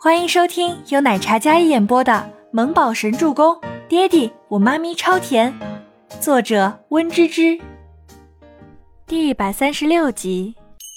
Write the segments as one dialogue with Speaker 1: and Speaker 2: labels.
Speaker 1: 欢迎收听由奶茶嘉一演播的《萌宝神助攻》，爹地我妈咪超甜，作者温芝芝。第136集。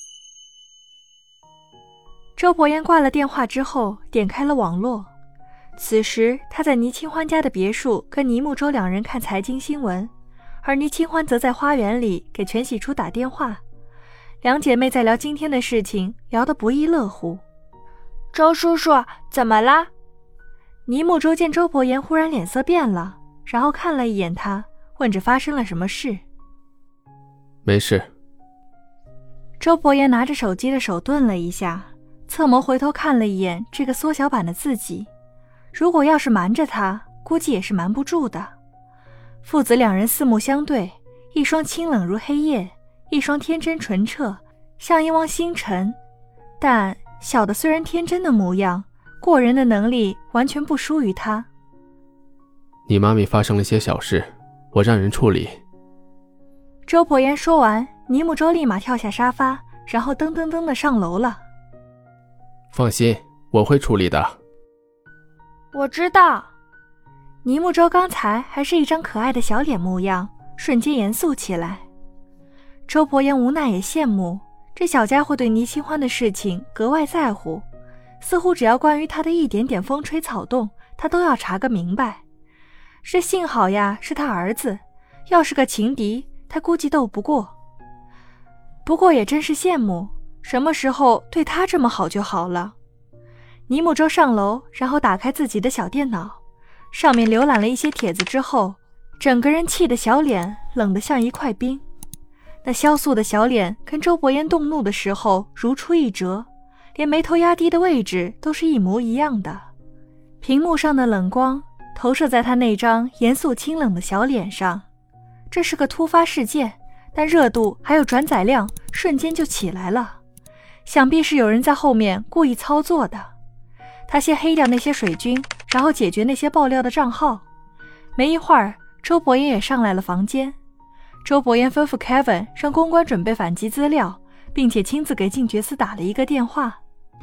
Speaker 1: 周伯言挂了电话之后，点开了网络。此时他在倪清欢家的别墅跟倪木舟两人看财经新闻，而倪清欢则在花园里给全喜初打电话。两姐妹在聊今天的事情，聊得不亦乐乎。
Speaker 2: 周叔叔，怎么啦？
Speaker 1: 倪木舟见周伯言忽然脸色变了，然后看了一眼他，问着发生了什么事。
Speaker 3: 没事。
Speaker 1: 周伯言拿着手机的手顿了一下，侧眸回头看了一眼这个缩小版的自己。如果要是瞒着他，估计也是瞒不住的。父子两人四目相对，一双清冷如黑夜，一双天真纯澈，像一汪星辰。但小的虽然天真的模样，过人的能力完全不输于他。
Speaker 3: 你妈咪发生了些小事，我让人处理。
Speaker 1: 周伯言说完，倪木舟立马跳下沙发，然后噔噔噔地上楼了。
Speaker 3: 放心，我会处理的。
Speaker 2: 我知道。
Speaker 1: 倪木舟刚才还是一张可爱的小脸模样，瞬间严肃起来。周伯言无奈也羡慕，这小家伙对倪清欢的事情格外在乎，似乎只要关于他的一点点风吹草动，他都要查个明白。这幸好呀，是他儿子，要是个情敌，他估计斗不过。不过也真是羡慕，什么时候对他这么好就好了。倪木舟上楼，然后打开自己的小电脑，上面浏览了一些帖子之后，整个人气的小脸冷得像一块冰。那萧素的小脸跟周伯言动怒的时候如出一辙，连眉头压低的位置都是一模一样的。屏幕上的冷光投射在他那张严肃清冷的小脸上。这是个突发事件，但热度还有转载量瞬间就起来了，想必是有人在后面故意操作的。他先黑掉那些水军，然后解决那些爆料的账号。没一会儿，周伯言也上来了房间。周伯言吩咐 Kevin 让公关准备反击资料，并且亲自给靳觉寺打了一个电话。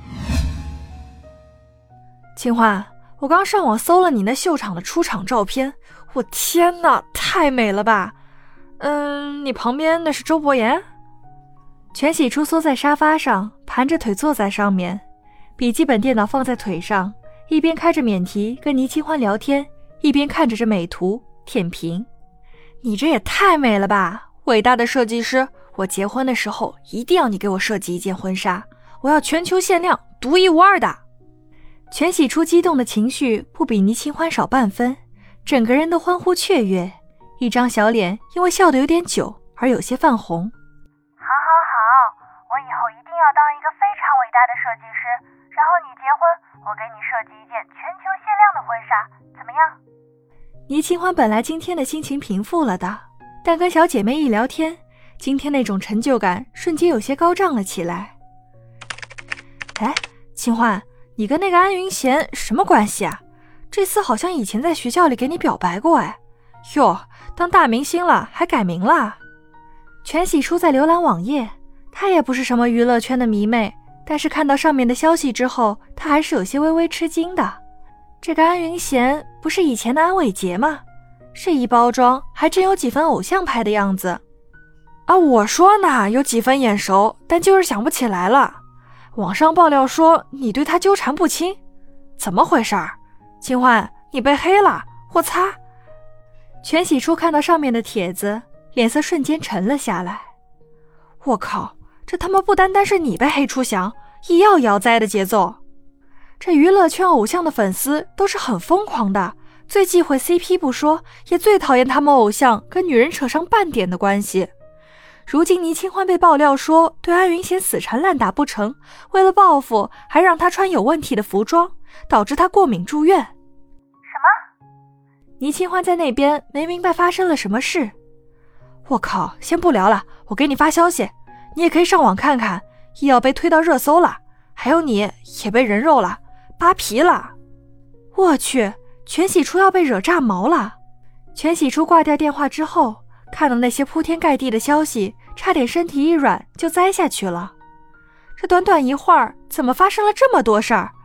Speaker 1: 清欢，我刚上网搜了你那秀场的出场照片，我天哪，太美了吧。你旁边那是周伯言？全喜初缩在沙发上，盘着腿坐在上面，笔记本电脑放在腿上，一边开着免提跟倪清欢聊天，一边看着这美图舔屏。你这也太美了吧，伟大的设计师，我结婚的时候一定要你给我设计一件婚纱，我要全球限量，独一无二的。全喜初激动的情绪不比倪清欢少半分，整个人都欢呼雀跃，一张小脸因为笑得有点久而有些泛红。
Speaker 4: 好，我以后一定要当一个非常伟大的设计师，然后你结婚，我给你设计一件全球限量的婚纱，怎么样？
Speaker 1: 倪清欢本来今天的心情平复了的，但跟小姐妹一聊天，今天那种成就感瞬间有些高涨了起来。哎，清欢，你跟那个安云贤什么关系啊？这厮好像以前在学校里给你表白过哎。哟，当大明星了还改名了。全喜初在浏览网页，他也不是什么娱乐圈的迷妹，但是看到上面的消息之后，他还是有些微微吃惊的。这个安云贤不是以前的安伟杰吗？这一包装还真有几分偶像派的样子啊！我说呢，有几分眼熟，但就是想不起来了。网上爆料说你对他纠缠不清，怎么回事儿？清欢，你被黑了，我擦！全喜初看到上面的帖子，脸色瞬间沉了下来。我靠，这他妈不单单是你被黑出翔，一要摇灾的节奏。这娱乐圈偶像的粉丝都是很疯狂的，最忌讳 CP 不说，也最讨厌他们偶像跟女人扯上半点的关系。如今倪清欢被爆料说对安云贤死缠烂打不成，为了报复还让他穿有问题的服装，导致他过敏住院。
Speaker 4: 什么？
Speaker 1: 倪清欢在那边没明白发生了什么事。我靠，先不聊了，我给你发消息，你也可以上网看看，医药被推到热搜了，还有你也被人肉了，扒皮了。我去，全喜初要被惹炸毛了。全喜初挂掉电话之后，看到那些铺天盖地的消息，差点身体一软就栽下去了。这短短一会儿怎么发生了这么多事儿？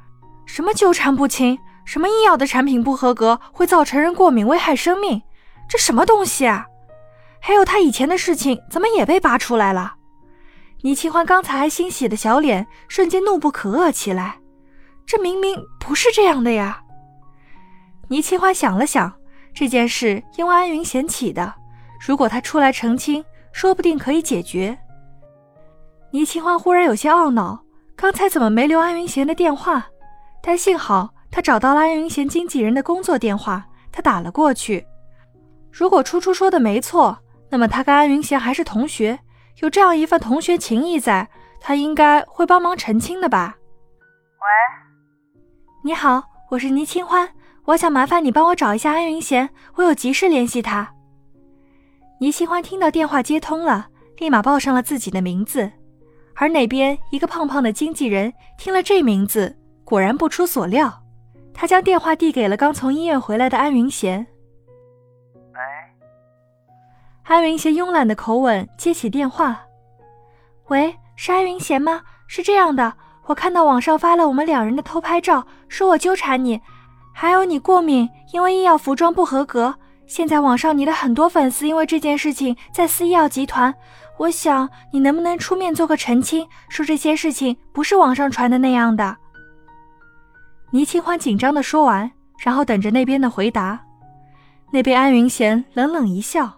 Speaker 1: 什么纠缠不清，什么医药的产品不合格，会造成人过敏，危害生命，这什么东西啊？还有他以前的事情怎么也被扒出来了？倪清欢刚才还欣喜的小脸瞬间怒不可遏起来，这明明不是这样的呀。倪清欢想了想，这件事因为安云贤起的，如果他出来澄清，说不定可以解决。倪清欢忽然有些懊恼，刚才怎么没留安云贤的电话？但幸好他找到了安云贤经纪人的工作电话，他打了过去。如果初初说的没错，那么他跟安云贤还是同学，有这样一份同学情谊在，他应该会帮忙澄清的吧。
Speaker 4: 喂，
Speaker 1: 你好，我是倪清欢，我想麻烦你帮我找一下安云贤，我有急事联系他。倪清欢听到电话接通了，立马报上了自己的名字。而那边一个胖胖的经纪人听了这名字，果然不出所料，他将电话递给了刚从医院回来的安云贤。
Speaker 4: 喂，
Speaker 1: 安云贤慵懒的口吻接起电话。喂，是安云贤吗？是这样的，我看到网上发了我们两人的偷拍照，说我纠缠你，还有你过敏，因为医药服装不合格。现在网上你的很多粉丝因为这件事情在撕医药集团，我想你能不能出面做个澄清，说这些事情不是网上传的那样的。倪清欢紧张地说完，然后等着那边的回答。那边安云贤冷冷一笑，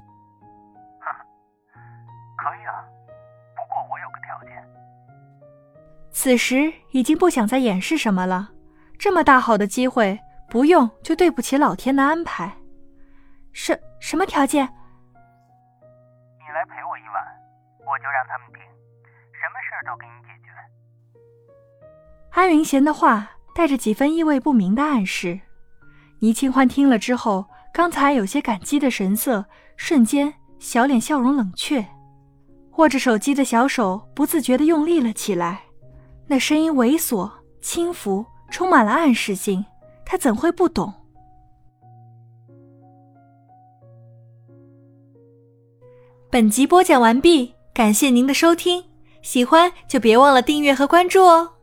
Speaker 4: 可以啊，不过我有个条件。
Speaker 1: 此时已经不想再掩饰什么了，这么大好的机会，不用就对不起老天的安排。什么条件？
Speaker 4: 你来陪我一晚，我就让他们听，什么事儿都给你解决。
Speaker 1: 安云贤的话带着几分意味不明的暗示。倪清欢听了之后，刚才有些感激的神色瞬间小脸笑容冷却，握着手机的小手不自觉地用力了起来，那声音猥琐轻浮，充满了暗示性，他怎会不懂？本集播讲完毕，感谢您的收听，喜欢就别忘了订阅和关注哦。